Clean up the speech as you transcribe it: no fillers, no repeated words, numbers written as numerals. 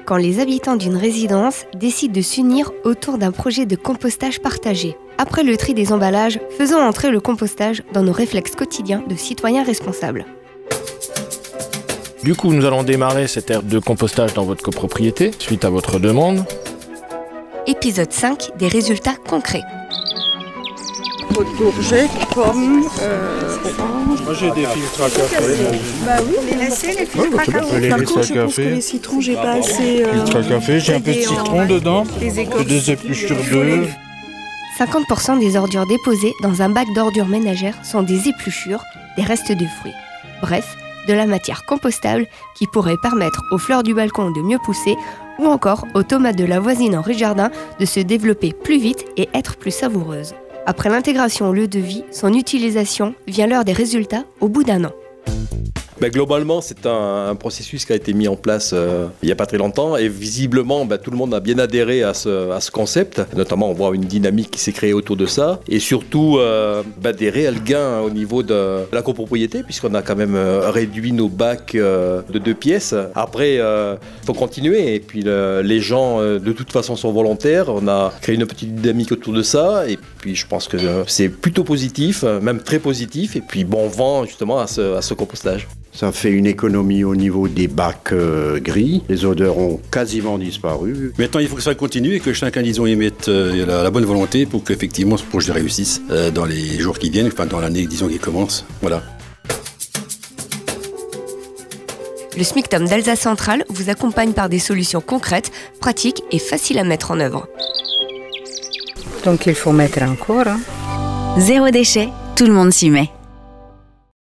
quand les habitants d'une résidence décident de s'unir autour d'un projet de compostage partagé. Après le tri des emballages, faisons entrer le compostage dans nos réflexes quotidiens de citoyens responsables. Du coup, nous allons démarrer cette ère de compostage dans votre copropriété, suite à votre demande. Épisode 5, des résultats concrets. Courgettes, pommes, oranges. Moi j'ai des filtres à café. Bah oui, les lacets, les filtres à café. Par contre, je pense que les citrons, j'ai pas assez. Filtre à café, j'ai un peu de citron dedans, des épluchures d'œufs. 50% des ordures déposées dans un bac d'ordures ménagères sont des épluchures, des restes de fruits. Bref, de la matière compostable qui pourrait permettre aux fleurs du balcon de mieux pousser ou encore aux tomates de la voisine en rez-jardin de se développer plus vite et être plus savoureuses. Après l'intégration au lieu de vie, son utilisation vient l'heure des résultats au bout d'un an. Globalement, c'est un processus qui a été mis en place il n'y a pas très longtemps et visiblement, tout le monde a bien adhéré à ce concept. Notamment, on voit une dynamique qui s'est créée autour de ça et surtout des réels gains au niveau de la copropriété puisqu'on a quand même réduit nos bacs de 2 pièces. Après, il faut continuer et puis les gens de toute façon sont volontaires. On a créé une petite dynamique autour de ça et puis je pense que c'est plutôt positif, même très positif et puis bon vent justement à ce compostage. Ça fait une économie au niveau des bacs gris. Les odeurs ont quasiment disparu. Maintenant, il faut que ça continue et que chacun, y mette la bonne volonté pour qu'effectivement ce projet réussisse dans les jours qui viennent, dans l'année, qui commence. Voilà. Le SMICTOM d'Alsace Centrale vous accompagne par des solutions concrètes, pratiques et faciles à mettre en œuvre. Donc il faut mettre encore. Zéro déchet, tout le monde s'y met.